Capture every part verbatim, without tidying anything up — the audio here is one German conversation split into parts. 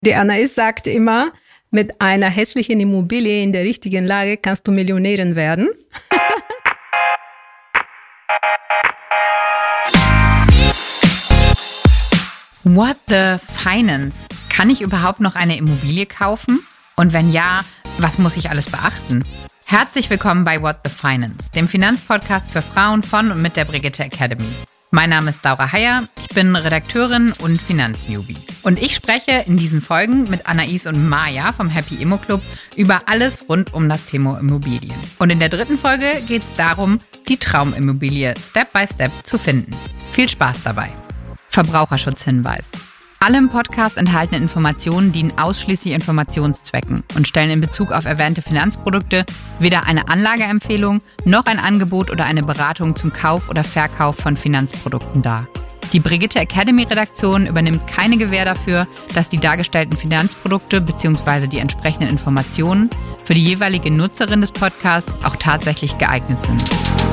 Die Anais sagt immer, mit einer hässlichen Immobilie in der richtigen Lage kannst du Millionärin werden. What the Finance? Kann ich überhaupt noch eine Immobilie kaufen? Und wenn ja, was muss ich alles beachten? Herzlich willkommen bei What the Finance, dem Finanzpodcast für Frauen von und mit der Brigitte Academy. Mein Name ist Laura Heyer, ich bin Redakteurin und Finanznewbie. Und ich spreche in diesen Folgen mit Anais und Maja vom Happy Immo Club über alles rund um das Thema Immobilien. Und in der dritten Folge geht es darum, die Traumimmobilie Step by Step zu finden. Viel Spaß dabei. Verbraucherschutzhinweis. Alle im Podcast enthaltenen Informationen dienen ausschließlich Informationszwecken und stellen in Bezug auf erwähnte Finanzprodukte weder eine Anlageempfehlung noch ein Angebot oder eine Beratung zum Kauf oder Verkauf von Finanzprodukten dar. Die Brigitte Academy Redaktion übernimmt keine Gewähr dafür, dass die dargestellten Finanzprodukte bzw. die entsprechenden Informationen für die jeweilige Nutzerin des Podcasts auch tatsächlich geeignet sind.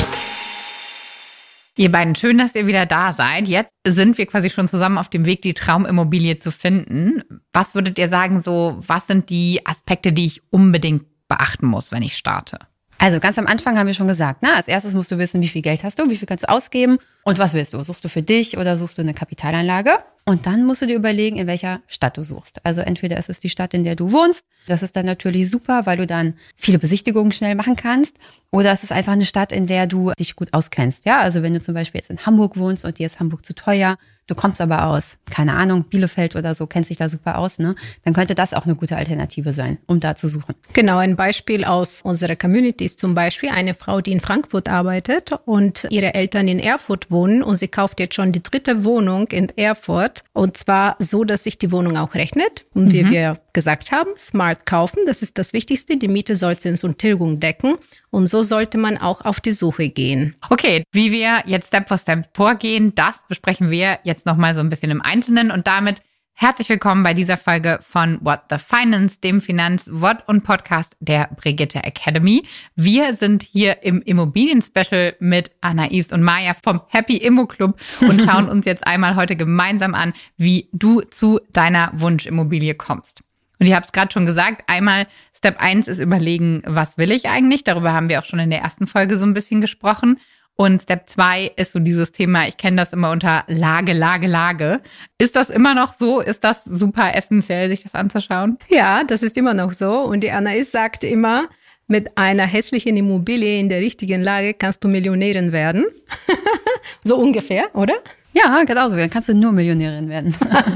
Ihr beiden, schön, dass ihr wieder da seid. Jetzt sind wir quasi schon zusammen auf dem Weg, die Traumimmobilie zu finden. Was würdet ihr sagen, so, was sind die Aspekte, die ich unbedingt beachten muss, wenn ich starte? Also ganz am Anfang haben wir schon gesagt, na, als erstes musst du wissen, wie viel Geld hast du, wie viel kannst du ausgeben und was willst du? Suchst du für dich oder suchst du eine Kapitalanlage? Und dann musst du dir überlegen, in welcher Stadt du suchst. Also entweder ist es die Stadt, in der du wohnst. Das ist dann natürlich super, weil du dann viele Besichtigungen schnell machen kannst. Oder es ist einfach eine Stadt, in der du dich gut auskennst. Ja, also wenn du zum Beispiel jetzt in Hamburg wohnst und dir ist Hamburg zu teuer, du kommst aber aus, keine Ahnung, Bielefeld oder so, kennst dich da super aus, ne? Dann könnte das auch eine gute Alternative sein, um da zu suchen. Genau, ein Beispiel aus unserer Community ist zum Beispiel eine Frau, die in Frankfurt arbeitet und ihre Eltern in Erfurt wohnen und sie kauft jetzt schon die dritte Wohnung in Erfurt und zwar so, dass sich die Wohnung auch rechnet und wie mhm. wir gesagt haben, smart kaufen, das ist das Wichtigste, die Miete soll Zins und Tilgung decken und so sollte man auch auf die Suche gehen. Okay, wie wir jetzt Step for Step vorgehen, das besprechen wir jetzt nochmal so ein bisschen im Einzelnen und damit herzlich willkommen bei dieser Folge von What the Finance, dem Finanz-Wort- und Podcast der Brigitte Academy. Wir sind hier im Immobilien-Special mit Anais und Maja vom Happy Immo Club und schauen uns jetzt einmal heute gemeinsam an, wie du zu deiner Wunschimmobilie kommst. Und ihr habt es gerade schon gesagt, einmal Step eins ist überlegen, was will ich eigentlich? Darüber haben wir auch schon in der ersten Folge so ein bisschen gesprochen. Und Step zwei ist so dieses Thema, ich kenne das immer unter Lage, Lage, Lage. Ist das immer noch so? Ist das super essentiell, sich das anzuschauen? Ja, das ist immer noch so. Und die Anais sagt immer, mit einer hässlichen Immobilie in der richtigen Lage kannst du Millionärin werden. So ungefähr, oder? Ja, genau so. Dann kannst du nur Millionärin werden.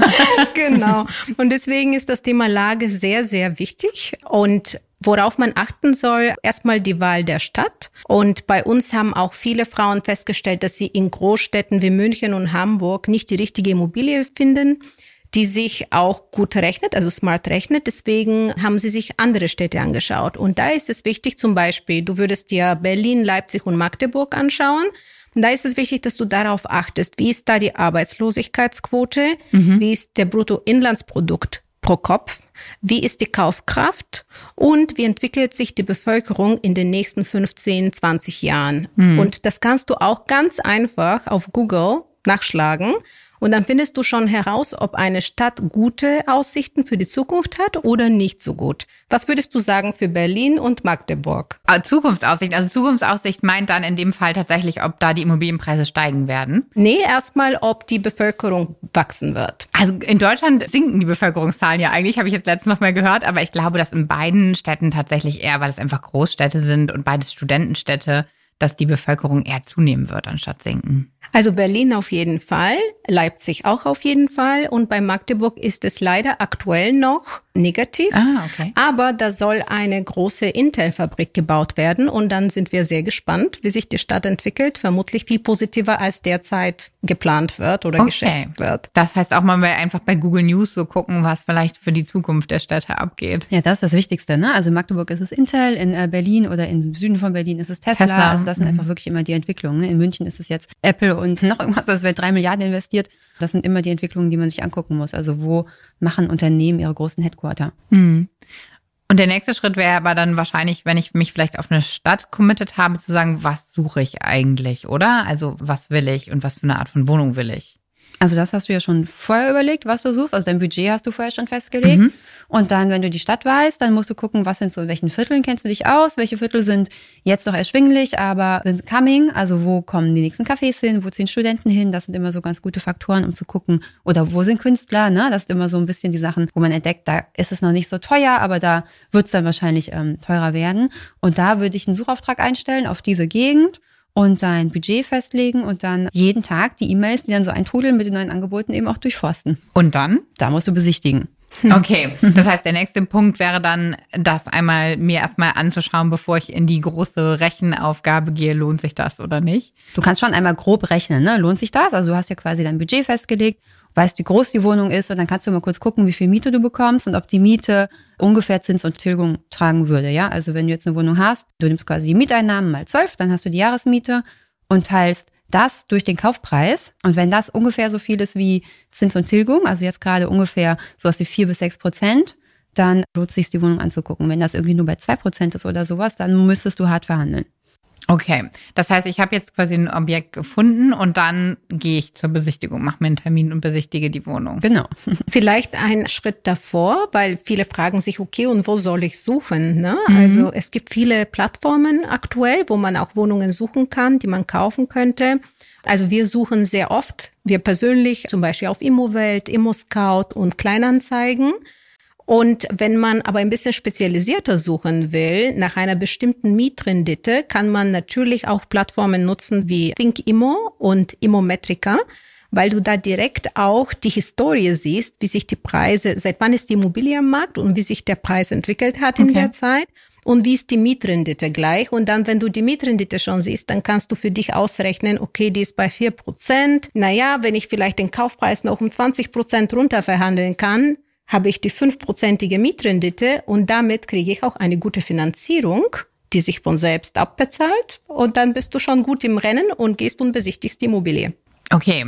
Genau. Und deswegen ist das Thema Lage sehr, sehr wichtig. Und worauf man achten soll, erstmal die Wahl der Stadt. Und bei uns haben auch viele Frauen festgestellt, dass sie in Großstädten wie München und Hamburg nicht die richtige Immobilie finden, die sich auch gut rechnet, also smart rechnet. Deswegen haben sie sich andere Städte angeschaut. Und da ist es wichtig, zum Beispiel, du würdest dir Berlin, Leipzig und Magdeburg anschauen. Und da ist es wichtig, dass du darauf achtest, wie ist da die Arbeitslosigkeitsquote, mhm. wie ist der Bruttoinlandsprodukt pro Kopf, wie ist die Kaufkraft und wie entwickelt sich die Bevölkerung in den nächsten fünfzehn, zwanzig Jahren. Mhm. Und das kannst du auch ganz einfach auf Google nachschlagen. Und dann findest du schon heraus, ob eine Stadt gute Aussichten für die Zukunft hat oder nicht so gut. Was würdest du sagen für Berlin und Magdeburg? Zukunftsaussicht, also Zukunftsaussicht meint dann in dem Fall tatsächlich, ob da die Immobilienpreise steigen werden? Nee, erstmal, ob die Bevölkerung wachsen wird. Also in Deutschland sinken die Bevölkerungszahlen ja eigentlich, habe ich jetzt letztens noch mal gehört, aber ich glaube, dass in beiden Städten tatsächlich eher, weil es einfach Großstädte sind und beides Studentenstädte, dass die Bevölkerung eher zunehmen wird, anstatt sinken. Also Berlin auf jeden Fall, Leipzig auch auf jeden Fall und bei Magdeburg ist es leider aktuell noch negativ. Ah, okay. Aber da soll eine große Intel-Fabrik gebaut werden und dann sind wir sehr gespannt, wie sich die Stadt entwickelt. Vermutlich viel positiver als derzeit geplant wird oder okay. geschätzt wird. Das heißt auch mal bei, einfach bei Google News so gucken, was vielleicht für die Zukunft der Städte abgeht. Ja, das ist das Wichtigste, ne? Also in Magdeburg ist es Intel, in Berlin oder im Süden von Berlin ist es Tesla. Tesla. Also das sind mhm. einfach wirklich immer die Entwicklungen. Ne? In München ist es jetzt Apple und noch irgendwas, das wird drei Milliarden investiert. Das sind immer die Entwicklungen, die man sich angucken muss. Also wo machen Unternehmen ihre großen Headquarter? Mhm. Und der nächste Schritt wäre aber dann wahrscheinlich, wenn ich mich vielleicht auf eine Stadt committed habe, zu sagen, was suche ich eigentlich, oder? Also was will ich und was für eine Art von Wohnung will ich? Also das hast du ja schon vorher überlegt, was du suchst. Also dein Budget hast du vorher schon festgelegt. Mhm. Und dann, wenn du die Stadt weißt, dann musst du gucken, was sind so, in welchen Vierteln kennst du dich aus? Welche Viertel sind jetzt noch erschwinglich, aber sind coming? Also wo kommen die nächsten Cafés hin? Wo ziehen Studenten hin? Das sind immer so ganz gute Faktoren, um zu gucken. Oder wo sind Künstler? Ne? Das sind immer so ein bisschen die Sachen, wo man entdeckt, da ist es noch nicht so teuer, aber da wird es dann wahrscheinlich ähm, teurer werden. Und da würde ich einen Suchauftrag einstellen auf diese Gegend und dein Budget festlegen und dann jeden Tag die E-Mails, die dann so eintrudeln mit den neuen Angeboten, eben auch durchforsten. Und dann? Da musst du besichtigen. Okay, das heißt, der nächste Punkt wäre dann, das einmal mir erstmal anzuschauen, bevor ich in die große Rechenaufgabe gehe, lohnt sich das oder nicht? Du kannst schon einmal grob rechnen, ne? Lohnt sich das? Also du hast ja quasi dein Budget festgelegt, weißt, wie groß die Wohnung ist und dann kannst du mal kurz gucken, wie viel Miete du bekommst und ob die Miete ungefähr Zins und Tilgung tragen würde, ja? Also wenn du jetzt eine Wohnung hast, du nimmst quasi die Mieteinnahmen mal zwölf, dann hast du die Jahresmiete und teilst das durch den Kaufpreis. Und wenn das ungefähr so viel ist wie Zins und Tilgung, also jetzt gerade ungefähr sowas wie vier bis sechs Prozent, dann lohnt es sich, die Wohnung anzugucken. Wenn das irgendwie nur bei zwei Prozent ist oder sowas, dann müsstest du hart verhandeln. Okay, das heißt, ich habe jetzt quasi ein Objekt gefunden und dann gehe ich zur Besichtigung, mache mir einen Termin und besichtige die Wohnung. Genau. Vielleicht einen Schritt davor, weil viele fragen sich, okay, und wo soll ich suchen? Ne? Mhm. Also es gibt viele Plattformen aktuell, wo man auch Wohnungen suchen kann, die man kaufen könnte. Also wir suchen sehr oft, wir persönlich zum Beispiel auf Immowelt, ImmoScout und Kleinanzeigen. Und wenn man aber ein bisschen spezialisierter suchen will, nach einer bestimmten Mietrendite, kann man natürlich auch Plattformen nutzen wie ThinkImmo und Immometrica, weil du da direkt auch die Historie siehst, wie sich die Preise, seit wann ist die Immobilie am Markt und wie sich der Preis entwickelt hat in okay. der Zeit und wie ist die Mietrendite gleich. Und dann, wenn du die Mietrendite schon siehst, dann kannst du für dich ausrechnen, okay, die ist bei vier Prozent. Naja, wenn ich vielleicht den Kaufpreis noch um zwanzig Prozent runter verhandeln kann, habe ich die fünfprozentige Mietrendite und damit kriege ich auch eine gute Finanzierung, die sich von selbst abbezahlt. Und dann bist du schon gut im Rennen und gehst und besichtigst die Immobilie. Okay,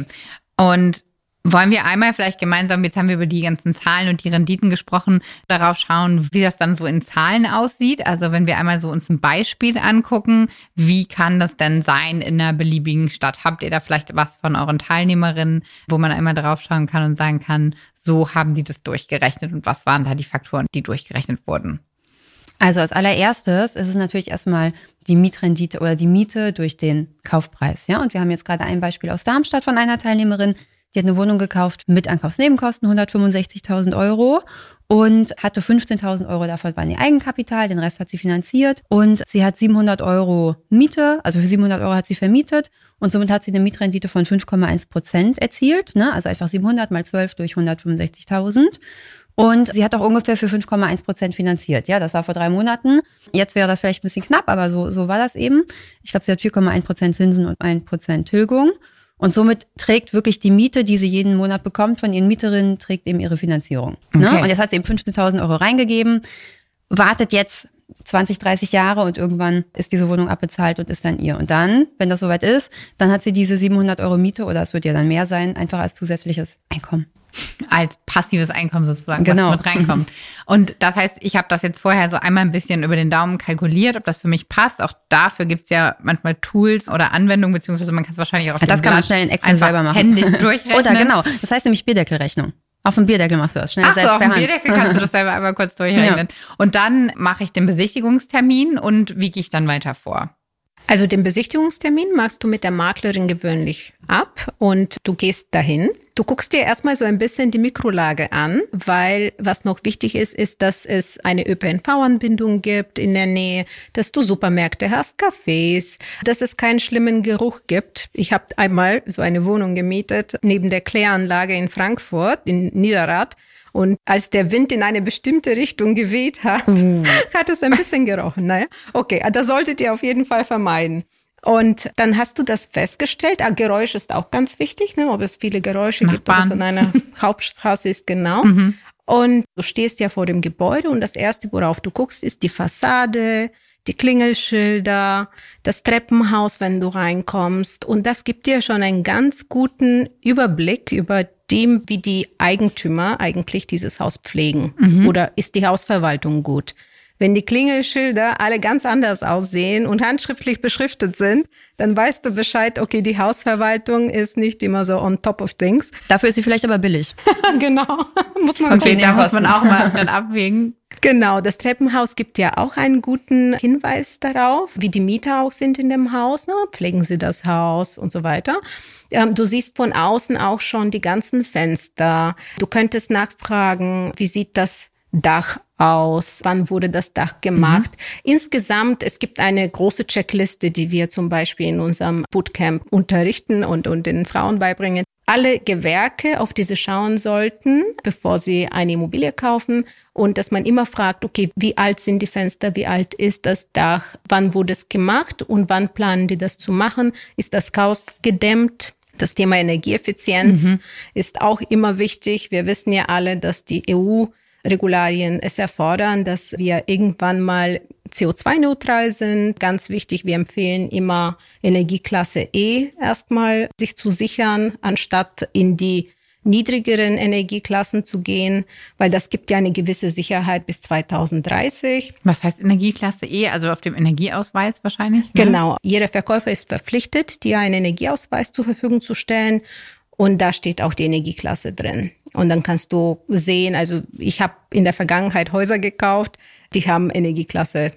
und wollen wir einmal vielleicht gemeinsam, jetzt haben wir über die ganzen Zahlen und die Renditen gesprochen, darauf schauen, wie das dann so in Zahlen aussieht? Also wenn wir einmal so uns ein Beispiel angucken, wie kann das denn sein in einer beliebigen Stadt? Habt ihr da vielleicht was von euren Teilnehmerinnen, wo man einmal drauf schauen kann und sagen kann, so haben die das durchgerechnet und was waren da die Faktoren, die durchgerechnet wurden? Also als allererstes ist es natürlich erstmal die Mietrendite oder die Miete durch den Kaufpreis. Ja, und wir haben jetzt gerade ein Beispiel aus Darmstadt von einer Teilnehmerin, die hat eine Wohnung gekauft mit Ankaufsnebenkosten, hundertfünfundsechzigtausend Euro und hatte fünfzehntausend Euro davon waren ihr Eigenkapital, den Rest hat sie finanziert und sie hat siebenhundert Euro Miete, also für siebenhundert Euro hat sie vermietet und somit hat sie eine Mietrendite von fünf Komma eins Prozent erzielt, ne? Also einfach siebenhundert mal zwölf durch hundertfünfundsechzigtausend. Und sie hat auch ungefähr für fünf Komma eins Prozent finanziert. Ja, das war vor drei Monaten. Jetzt wäre das vielleicht ein bisschen knapp, aber so, so war das eben. Ich glaube, sie hat vier Komma eins Prozent Zinsen und ein Prozent Tilgung. Und somit trägt wirklich die Miete, die sie jeden Monat bekommt von ihren Mieterinnen, trägt eben ihre Finanzierung. Okay. Ne? Und jetzt hat sie eben fünfzehntausend Euro reingegeben, wartet jetzt zwanzig, dreißig Jahre und irgendwann ist diese Wohnung abbezahlt und ist dann ihr. Und dann, wenn das soweit ist, dann hat sie diese siebenhundert Euro Miete oder es wird ja dann mehr sein, einfach als zusätzliches Einkommen. Als passives Einkommen sozusagen, genau. was mit reinkommt. Und das heißt, ich habe das jetzt vorher so einmal ein bisschen über den Daumen kalkuliert, ob das für mich passt. Auch dafür gibt's ja manchmal Tools oder Anwendungen, beziehungsweise man kann es wahrscheinlich auch auf ja, dem das kann man Blatt schnell in Excel selber machen. händisch durchrechnen. Oder genau, das heißt nämlich Bierdeckelrechnung. Auf dem Bierdeckel machst du das, schnell Ach selbst so, auf per dem Hand. Bierdeckel kannst du das selber einmal kurz durchrechnen. Ja. Und dann mache ich den Besichtigungstermin und wie gehe ich dann weiter vor? Also den Besichtigungstermin machst du mit der Maklerin gewöhnlich ab und du gehst dahin. Du guckst dir erstmal so ein bisschen die Mikrolage an, weil was noch wichtig ist, ist, dass es eine Ö P N V-Anbindung gibt in der Nähe, dass du Supermärkte hast, Cafés, dass es keinen schlimmen Geruch gibt. Ich habe einmal so eine Wohnung gemietet neben der Kläranlage in Frankfurt, in Niederrad. Und als der Wind in eine bestimmte Richtung geweht hat, uh. hat es ein bisschen gerochen. Naja, okay, das solltet ihr auf jeden Fall vermeiden. Und dann hast du das festgestellt. Ah, Geräusch ist auch ganz wichtig, ne? Ob es viele Geräusche Nachbarn. gibt, ob es an einer Hauptstraße ist, genau. Mhm. Und du stehst ja vor dem Gebäude und das Erste, worauf du guckst, ist die Fassade, die Klingelschilder, das Treppenhaus, wenn du reinkommst. Und das gibt dir schon einen ganz guten Überblick über dem, wie die Eigentümer eigentlich dieses Haus pflegen. Mhm. Oder ist die Hausverwaltung gut? Wenn die Klingelschilder alle ganz anders aussehen und handschriftlich beschriftet sind, dann weißt du Bescheid, okay, die Hausverwaltung ist nicht immer so on top of things. Dafür ist sie vielleicht aber billig. Genau, muss man Okay, gucken. da muss man auch mal dann abwägen. Genau, das Treppenhaus gibt ja auch einen guten Hinweis darauf, wie die Mieter auch sind in dem Haus, ne? Pflegen sie das Haus und so weiter. Ähm, du siehst von außen auch schon die ganzen Fenster. Du könntest nachfragen, wie sieht das Dach aus? Wann wurde das Dach gemacht? Mhm. Insgesamt, es gibt eine große Checkliste, die wir zum Beispiel in unserem Bootcamp unterrichten und, und den Frauen beibringen. Alle Gewerke, auf die sie schauen sollten, bevor sie eine Immobilie kaufen. Und dass man immer fragt, okay, wie alt sind die Fenster, wie alt ist das Dach, wann wurde es gemacht und wann planen die das zu machen? Ist das Haus gedämmt? Das Thema Energieeffizienz mhm. ist auch immer wichtig. Wir wissen ja alle, dass die E U-Regularien es erfordern, dass wir irgendwann mal C O zwei neutral sind. Ganz wichtig, wir empfehlen immer Energieklasse E erstmal sich zu sichern, anstatt in die niedrigeren Energieklassen zu gehen, weil das gibt ja eine gewisse Sicherheit bis zweitausenddreißig. Was heißt Energieklasse E? Also auf dem Energieausweis wahrscheinlich? Ne? Genau. Jeder Verkäufer ist verpflichtet, dir einen Energieausweis zur Verfügung zu stellen. Und da steht auch die Energieklasse drin. Und dann kannst du sehen, also ich habe in der Vergangenheit Häuser gekauft, die haben Energieklasse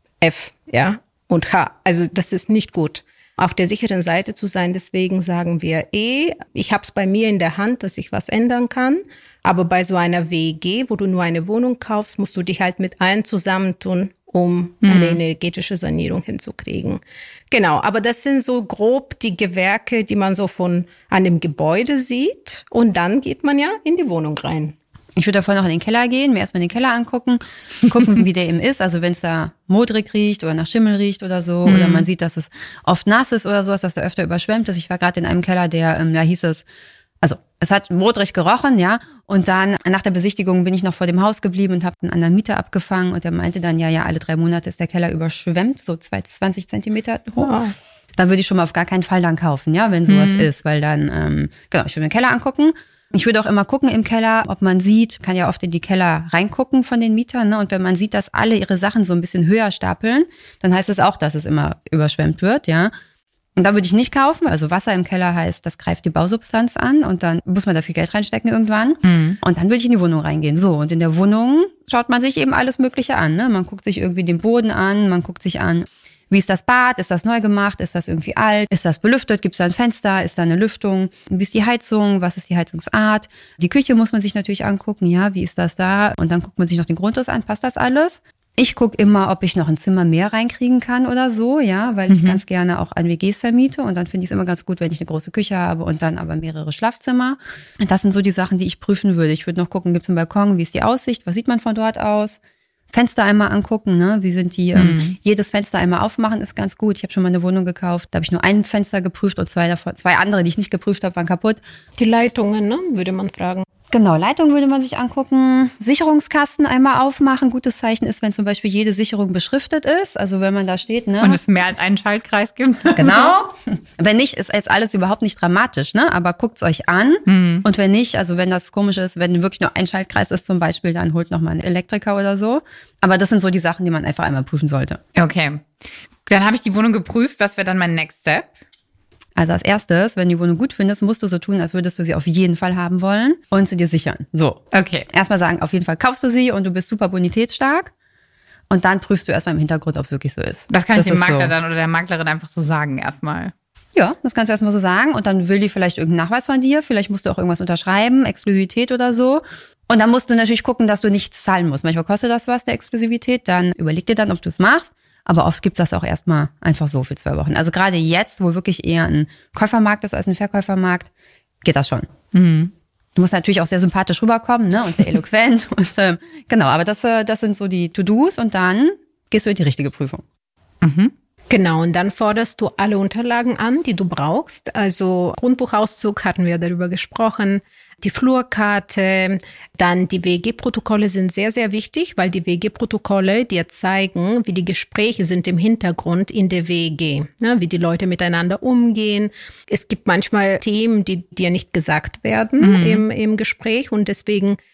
F, ja, und H. Also das ist nicht gut, auf der sicheren Seite zu sein. Deswegen sagen wir E. Ich habe es bei mir in der Hand, dass ich was ändern kann. Aber bei so einer W E G, wo du nur eine Wohnung kaufst, musst du dich halt mit allen zusammentun, um mhm. eine energetische Sanierung hinzukriegen. Genau, aber das sind so grob die Gewerke, die man so von einem Gebäude sieht. Und dann geht man ja in die Wohnung rein. Ich würde davor noch in den Keller gehen, mir erstmal den Keller angucken, gucken, wie der eben ist. Also wenn es da modrig riecht oder nach Schimmel riecht oder so, mhm. oder man sieht, dass es oft nass ist oder sowas, dass der öfter überschwemmt ist. Ich war gerade in einem Keller, der, ähm, da hieß es, also es hat modrig gerochen, ja. Und dann nach der Besichtigung bin ich noch vor dem Haus geblieben und habe einen anderen Mieter abgefangen. Und der meinte dann, ja, ja, alle drei Monate ist der Keller überschwemmt, so zwanzig Zentimeter hoch. Wow. Dann würde ich schon mal auf gar keinen Fall dann kaufen, ja, wenn sowas mhm. ist. Weil dann, ähm, genau, ich würde mir den Keller angucken. Ich würde auch immer gucken im Keller, ob man sieht, kann ja oft in die Keller reingucken von den Mietern, ne? Und wenn man sieht, dass alle ihre Sachen so ein bisschen höher stapeln, dann heißt es auch, dass es immer überschwemmt wird, ja. Und da würde ich nicht kaufen. Also Wasser im Keller heißt, das greift die Bausubstanz an und dann muss man da viel Geld reinstecken irgendwann. Mhm. Und dann würde ich in die Wohnung reingehen. So, und in der Wohnung schaut man sich eben alles Mögliche an, ne? Man guckt sich irgendwie den Boden an, man guckt sich an, wie ist das Bad? Ist das neu gemacht? Ist das irgendwie alt? Ist das belüftet? Gibt es da ein Fenster? Ist da eine Lüftung? Wie ist die Heizung? Was ist die Heizungsart? Die Küche muss man sich natürlich angucken. Ja, wie ist das da? Und dann guckt man sich noch den Grundriss an. Passt das alles? Ich gucke immer, ob ich noch ein Zimmer mehr reinkriegen kann oder so, ja, weil ich mhm. ganz gerne auch an W Gs vermiete. Und dann finde ich es immer ganz gut, wenn ich eine große Küche habe und dann aber mehrere Schlafzimmer. Und das sind so die Sachen, die ich prüfen würde. Ich würde noch gucken, gibt es einen Balkon? Wie ist die Aussicht? Was sieht man von dort aus? Fenster einmal angucken, ne? Wie sind die? Mhm. Ähm, jedes Fenster einmal aufmachen ist ganz gut. Ich habe schon mal eine Wohnung gekauft, da habe ich nur ein Fenster geprüft und zwei davon, zwei andere, die ich nicht geprüft habe, waren kaputt. Die Leitungen, ne? Würde man fragen. Genau, Leitung würde man sich angucken. Sicherungskasten einmal aufmachen. Gutes Zeichen ist, wenn zum Beispiel jede Sicherung beschriftet ist. Also wenn man da steht, ne? Und es mehr als einen Schaltkreis gibt. Genau. Wenn nicht, ist jetzt alles überhaupt nicht dramatisch, ne? Aber guckt's euch an. Mhm. Und wenn nicht, also wenn das komisch ist, wenn wirklich nur ein Schaltkreis ist zum Beispiel, dann holt noch mal einen Elektriker oder so. Aber das sind so die Sachen, die man einfach einmal prüfen sollte. Okay. Dann habe ich die Wohnung geprüft. Was wäre dann mein Next Step? Also als erstes, wenn du die Wohnung gut findest, musst du so tun, als würdest du sie auf jeden Fall haben wollen und sie dir sichern. So. Okay. Erstmal sagen, auf jeden Fall kaufst du sie und du bist super bonitätsstark. Und dann prüfst du erstmal im Hintergrund, ob es wirklich so ist. Das kann das ich dem Makler so. dann oder der Maklerin einfach so sagen erstmal. Ja, das kannst du erstmal so sagen. Und dann will die vielleicht irgendeinen Nachweis von dir. Vielleicht musst du auch irgendwas unterschreiben, Exklusivität oder so. Und dann musst du natürlich gucken, dass du nichts zahlen musst. Manchmal kostet das was, der Exklusivität. Dann überleg dir dann, ob du es machst. Aber oft gibt's das auch erstmal einfach so für zwei Wochen. Also gerade jetzt, wo wirklich eher ein Käufermarkt ist als ein Verkäufermarkt, geht das schon. Mhm. Du musst natürlich auch sehr sympathisch rüberkommen, ne, und sehr eloquent. und ähm, genau, aber das, äh, das sind so die To-Dos und dann gehst du in die richtige Prüfung. Mhm. Genau, und dann forderst du alle Unterlagen an, die du brauchst. Also Grundbuchauszug hatten wir darüber gesprochen, die Flurkarte, dann die W E G-Protokolle sind sehr, sehr wichtig, weil die W E G-Protokolle dir zeigen, wie die Gespräche sind im Hintergrund in der W E G, ne, wie die Leute miteinander umgehen. Es gibt manchmal Themen, die dir nicht gesagt werden mhm. im, im Gespräch und deswegen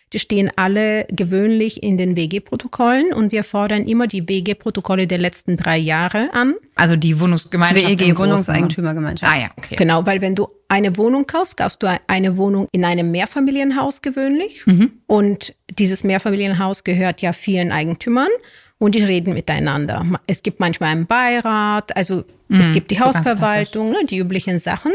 die stehen alle gewöhnlich in den W G-Protokollen und wir fordern immer die W G-Protokolle der letzten drei Jahre an. Also die Wohnungsgemeinschaft. W E G, Wohnungseigentümergemeinschaft. Ah ja, okay. Genau, weil wenn du eine Wohnung kaufst, kaufst du eine Wohnung in einem Mehrfamilienhaus gewöhnlich. Mhm. Und dieses Mehrfamilienhaus gehört ja vielen Eigentümern und die reden miteinander. Es gibt manchmal einen Beirat, also mhm, es gibt die Hausverwaltung, ne, die üblichen Sachen.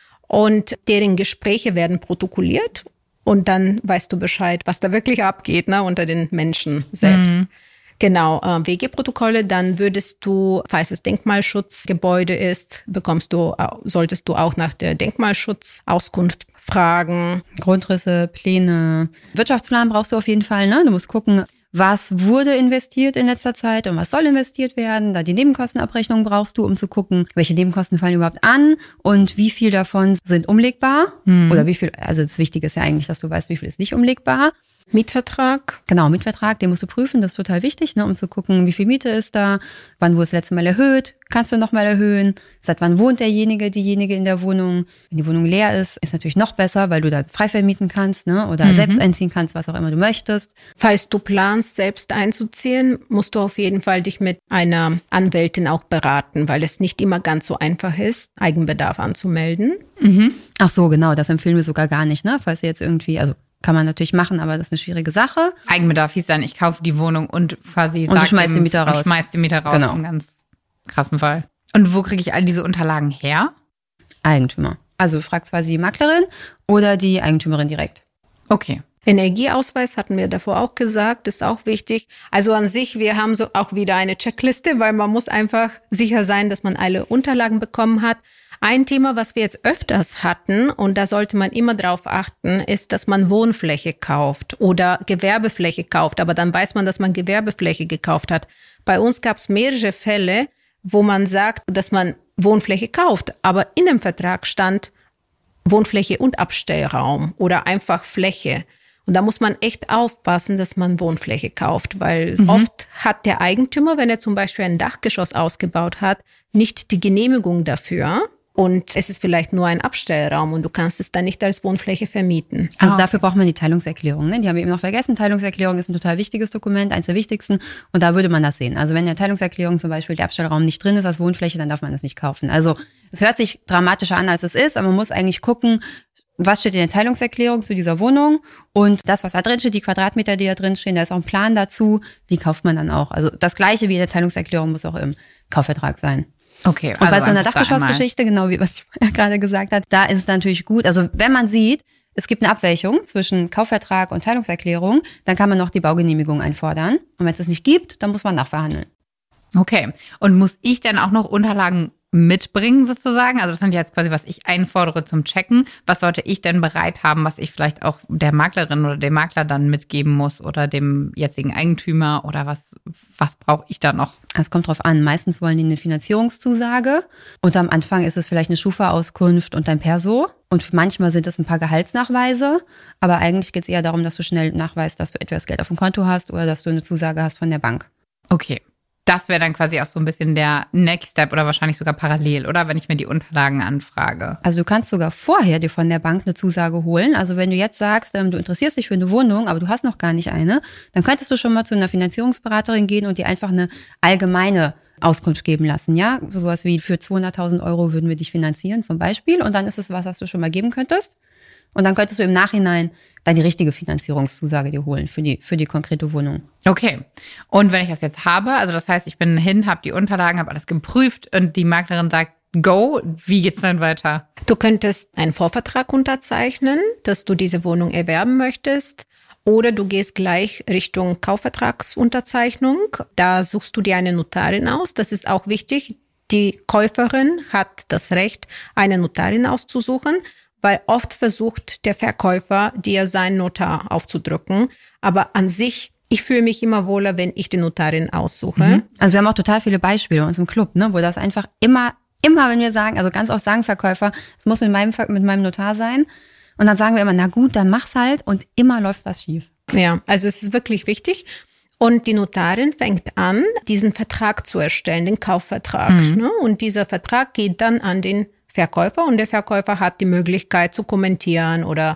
Und deren Gespräche werden protokolliert und dann weißt du Bescheid, was da wirklich abgeht, ne, unter den Menschen selbst. Mhm. Genau, äh, W G-Protokolle, dann würdest du, falls es Denkmalschutzgebäude ist, bekommst du, solltest du auch nach der Denkmalschutzauskunft fragen. Grundrisse, Pläne, Wirtschaftsplan brauchst du auf jeden Fall, ne? Du musst gucken, was wurde investiert in letzter Zeit und was soll investiert werden. Da die Nebenkostenabrechnung brauchst du, um zu gucken, welche Nebenkosten fallen überhaupt an und wie viel davon sind umlegbar. Hm. Oder wie viel, also das Wichtige ist ja eigentlich, dass du weißt, wie viel ist nicht umlegbar. Mietvertrag. Genau, Mietvertrag, den musst du prüfen, das ist total wichtig, ne, um zu gucken, wie viel Miete ist da, wann wurde es das letzte Mal erhöht, kannst du nochmal erhöhen, seit wann wohnt derjenige, diejenige in der Wohnung. Wenn die Wohnung leer ist, ist natürlich noch besser, weil du da frei vermieten kannst, ne, oder mhm. selbst einziehen kannst, was auch immer du möchtest. Falls du planst, selbst einzuziehen, musst du auf jeden Fall dich mit einer Anwältin auch beraten, weil es nicht immer ganz so einfach ist, Eigenbedarf anzumelden. Mhm. Ach so, genau, das empfehlen wir sogar gar nicht, ne, falls ihr jetzt irgendwie, also kann man natürlich machen, aber das ist eine schwierige Sache. Eigenbedarf hieß dann, ich kaufe die Wohnung und quasi und du schmeißt den Mieter raus. Und schmeißt den Mieter raus, genau. Im ganz krassen Fall. Und wo kriege ich all diese Unterlagen her? Eigentümer. Also du fragst quasi die Maklerin oder die Eigentümerin direkt. Okay. Energieausweis hatten wir davor auch gesagt, ist auch wichtig. Also an sich, wir haben so auch wieder eine Checkliste, weil man muss einfach sicher sein, dass man alle Unterlagen bekommen hat. Ein Thema, was wir jetzt öfters hatten, und da sollte man immer drauf achten, ist, dass man Wohnfläche kauft oder Gewerbefläche kauft. Aber dann weiß man, dass man Gewerbefläche gekauft hat. Bei uns gab es mehrere Fälle, wo man sagt, dass man Wohnfläche kauft. Aber in dem Vertrag stand Wohnfläche und Abstellraum oder einfach Fläche. Und da muss man echt aufpassen, dass man Wohnfläche kauft, weil mhm. oft hat der Eigentümer, wenn er zum Beispiel ein Dachgeschoss ausgebaut hat, nicht die Genehmigung dafür. Und es ist vielleicht nur ein Abstellraum und du kannst es dann nicht als Wohnfläche vermieten. Also ah, dafür braucht man die Teilungserklärung. Ne? Die haben wir eben noch vergessen. Teilungserklärung ist ein total wichtiges Dokument, eins der wichtigsten. Und da würde man das sehen. Also wenn in der Teilungserklärung zum Beispiel der Abstellraum nicht drin ist als Wohnfläche, dann darf man das nicht kaufen. Also es hört sich dramatischer an, als es ist, aber man muss eigentlich gucken, was steht in der Teilungserklärung zu dieser Wohnung und das, was da drin steht, die Quadratmeter, die da drin stehen, da ist auch ein Plan dazu, die kauft man dann auch. Also das Gleiche wie in der Teilungserklärung muss auch im Kaufvertrag sein. Okay. Und also bei so einer Dachgeschossgeschichte, genau wie was ich ja gerade gesagt habe, da ist es natürlich gut. Also wenn man sieht, es gibt eine Abweichung zwischen Kaufvertrag und Teilungserklärung, dann kann man noch die Baugenehmigung einfordern. Und wenn es das nicht gibt, dann muss man nachverhandeln. Okay. Und muss ich dann auch noch Unterlagen mitbringen sozusagen? Also das sind jetzt quasi, was ich einfordere zum Checken. Was sollte ich denn bereit haben, was ich vielleicht auch der Maklerin oder dem Makler dann mitgeben muss oder dem jetzigen Eigentümer oder was, was brauche ich da noch? Es kommt drauf an. Meistens wollen die eine Finanzierungszusage und am Anfang ist es vielleicht eine Schufa-Auskunft und dein Perso. Und manchmal sind es ein paar Gehaltsnachweise, aber eigentlich geht es eher darum, dass du schnell nachweist, dass du etwas Geld auf dem Konto hast oder dass du eine Zusage hast von der Bank. Okay. Das wäre dann quasi auch so ein bisschen der Next Step oder wahrscheinlich sogar parallel, oder? Wenn ich mir die Unterlagen anfrage. Also du kannst sogar vorher dir von der Bank eine Zusage holen. Also wenn du jetzt sagst, ähm, du interessierst dich für eine Wohnung, aber du hast noch gar nicht eine, dann könntest du schon mal zu einer Finanzierungsberaterin gehen und dir einfach eine allgemeine Auskunft geben lassen, ja? Sowas wie für zweihunderttausend Euro würden wir dich finanzieren zum Beispiel und dann ist es was, was du schon mal geben könntest. Und dann könntest du im Nachhinein dann die richtige Finanzierungszusage dir holen für die für die konkrete Wohnung. Okay. Und wenn ich das jetzt habe, also das heißt, ich bin hin, habe die Unterlagen, habe alles geprüft und die Maklerin sagt, go, wie geht's dann weiter? Du könntest einen Vorvertrag unterzeichnen, dass du diese Wohnung erwerben möchtest. Oder du gehst gleich Richtung Kaufvertragsunterzeichnung. Da suchst du dir eine Notarin aus. Das ist auch wichtig. Die Käuferin hat das Recht, eine Notarin auszusuchen, weil oft versucht der Verkäufer, dir seinen Notar aufzudrücken. Aber an sich, ich fühle mich immer wohler, wenn ich die Notarin aussuche. Mhm. Also wir haben auch total viele Beispiele bei uns im Club, ne, wo das einfach immer, immer, wenn wir sagen, also ganz oft sagen Verkäufer, es muss mit meinem, mit meinem Notar sein. Und dann sagen wir immer, na gut, dann mach's halt. Und immer läuft was schief. Ja, also es ist wirklich wichtig. Und die Notarin fängt an, diesen Vertrag zu erstellen, den Kaufvertrag. Mhm. Ne? Und dieser Vertrag geht dann an den Verkäufer und der Verkäufer hat die Möglichkeit zu kommentieren oder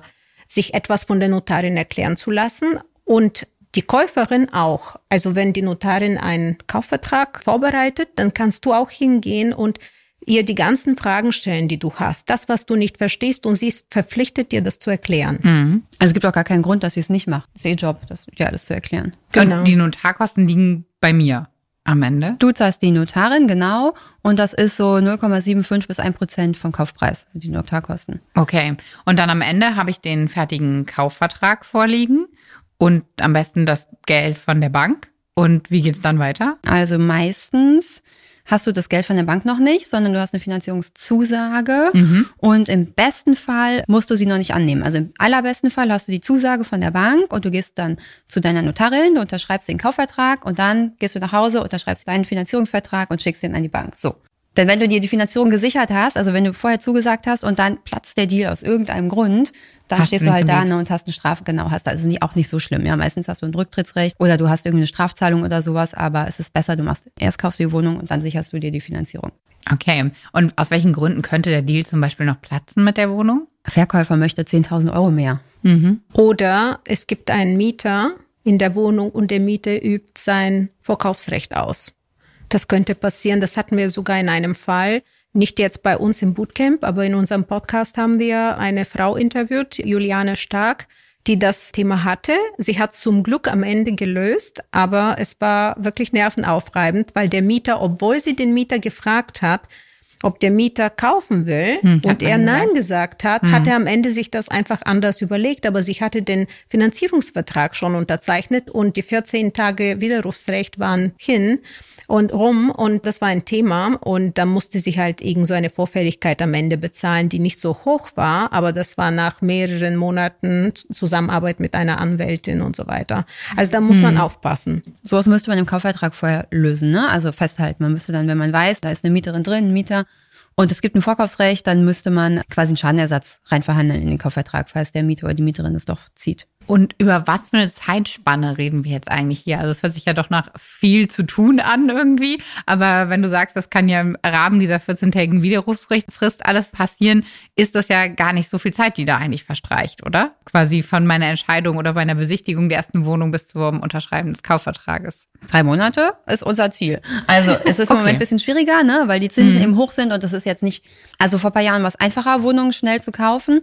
sich etwas von der Notarin erklären zu lassen und die Käuferin auch. Also wenn die Notarin einen Kaufvertrag vorbereitet, dann kannst du auch hingehen und ihr die ganzen Fragen stellen, die du hast. Das, was du nicht verstehst, und sie ist verpflichtet, dir das zu erklären. Mhm. Also es gibt auch gar keinen Grund, dass sie es nicht macht. Das ist ihr Job, das, dir alles zu erklären. Genau. Und die Notarkosten liegen bei mir am Ende? Du zahlst die Notarin, genau. Und das ist so null Komma fünfundsiebzig bis ein Prozent vom Kaufpreis, also die Notarkosten. Okay. Und dann am Ende habe ich den fertigen Kaufvertrag vorliegen und am besten das Geld von der Bank. Und wie geht's dann weiter? Also meistens hast du das Geld von der Bank noch nicht, sondern du hast eine Finanzierungszusage. Mhm. Und im besten Fall musst du sie noch nicht annehmen. Also im allerbesten Fall hast du die Zusage von der Bank und du gehst dann zu deiner Notarin, du unterschreibst den Kaufvertrag und dann gehst du nach Hause, unterschreibst deinen Finanzierungsvertrag und schickst ihn an die Bank. So. Denn wenn du dir die Finanzierung gesichert hast, also wenn du vorher zugesagt hast und dann platzt der Deal aus irgendeinem Grund, dann hast stehst du halt da ne, und hast eine Strafe, genau, hast, das ist nicht, auch nicht so schlimm. Ja, meistens hast du ein Rücktrittsrecht oder du hast irgendeine Strafzahlung oder sowas, aber es ist besser, du machst, erst kaufst du die Wohnung und dann sicherst du dir die Finanzierung. Okay, und aus welchen Gründen könnte der Deal zum Beispiel noch platzen mit der Wohnung? Verkäufer möchte zehntausend Euro mehr. Mhm. Oder es gibt einen Mieter in der Wohnung und der Mieter übt sein Vorkaufsrecht aus. Das könnte passieren, das hatten wir sogar in einem Fall. Nicht jetzt bei uns im Bootcamp, aber in unserem Podcast haben wir eine Frau interviewt, Juliane Stark, die das Thema hatte. Sie hat zum Glück am Ende gelöst, aber es war wirklich nervenaufreibend, weil der Mieter, obwohl sie den Mieter gefragt hat, ob der Mieter kaufen will hm, und er Nein gesagt hat, hm. hat er am Ende sich das einfach anders überlegt. Aber sie hatte den Finanzierungsvertrag schon unterzeichnet und die vierzehn Tage Widerrufsrecht waren hin und rum und das war ein Thema und da musste sie halt irgend so eine Vorfälligkeit am Ende bezahlen, die nicht so hoch war, aber das war nach mehreren Monaten Zusammenarbeit mit einer Anwältin und so weiter. Also da muss hm. man aufpassen. Sowas müsste man im Kaufvertrag vorher lösen, ne? Also festhalten. Man müsste dann, wenn man weiß, da ist eine Mieterin drin, ein Mieter und es gibt ein Vorkaufsrecht, dann müsste man quasi einen Schadenersatz reinverhandeln in den Kaufvertrag, falls der Mieter oder die Mieterin es doch zieht. Und über was für eine Zeitspanne reden wir jetzt eigentlich hier? Also es hört sich ja doch nach viel zu tun an irgendwie. Aber wenn du sagst, das kann ja im Rahmen dieser vierzehntägigen Widerrufsfrist alles passieren, ist das ja gar nicht so viel Zeit, die da eigentlich verstreicht, oder? Quasi von meiner Entscheidung oder meiner Besichtigung der ersten Wohnung bis zum Unterschreiben des Kaufvertrages. Drei Monate ist unser Ziel. Also es ist im okay. Moment ein bisschen schwieriger, ne, weil die Zinsen mhm. eben hoch sind und das ist jetzt nicht, also vor ein paar Jahren war es einfacher, Wohnungen schnell zu kaufen.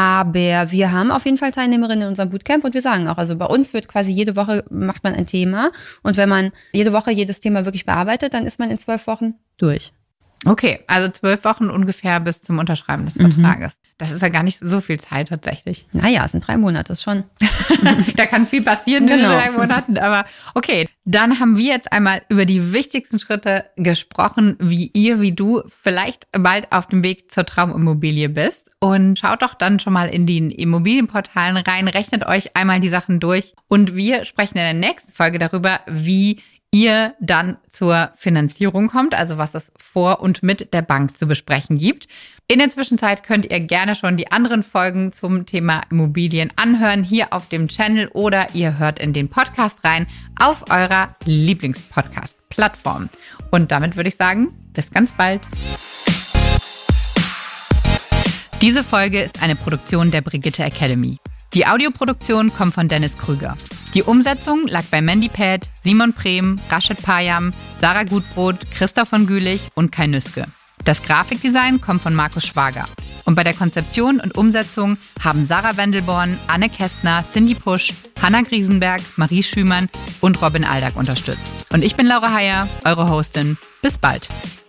Aber wir haben auf jeden Fall Teilnehmerinnen in unserem Bootcamp und wir sagen auch, also bei uns wird quasi jede Woche macht man ein Thema und wenn man jede Woche jedes Thema wirklich bearbeitet, dann ist man in zwölf Wochen durch. Okay, also zwölf Wochen ungefähr bis zum Unterschreiben des Vertrages. Mhm. Das ist ja gar nicht so viel Zeit tatsächlich. Naja, es sind drei Monate, das schon. Da kann viel passieren genau. in drei Monaten, aber okay. Dann haben wir jetzt einmal über die wichtigsten Schritte gesprochen, wie ihr, wie du vielleicht bald auf dem Weg zur Traumimmobilie bist. Und schaut doch dann schon mal in die Immobilienportalen rein, rechnet euch einmal die Sachen durch. Und wir sprechen in der nächsten Folge darüber, wie ihr dann zur Finanzierung kommt, also was es vor und mit der Bank zu besprechen gibt. In der Zwischenzeit könnt ihr gerne schon die anderen Folgen zum Thema Immobilien anhören, hier auf dem Channel oder ihr hört in den Podcast rein auf eurer Lieblingspodcast-Plattform. Und damit würde ich sagen, bis ganz bald. Diese Folge ist eine Produktion der Brigitte Academy. Die Audioproduktion kommt von Dennis Krüger. Die Umsetzung lag bei Mandy Pad, Simon Prehm, Rashid Payam, Sarah Gutbrot, Christoph von Gülich und Kai Nüske. Das Grafikdesign kommt von Markus Schwager. Und bei der Konzeption und Umsetzung haben Sarah Wendelborn, Anne Kästner, Cindy Pusch, Hanna Griesenberg, Marie Schümann und Robin Aldag unterstützt. Und ich bin Laura Heyer, eure Hostin. Bis bald.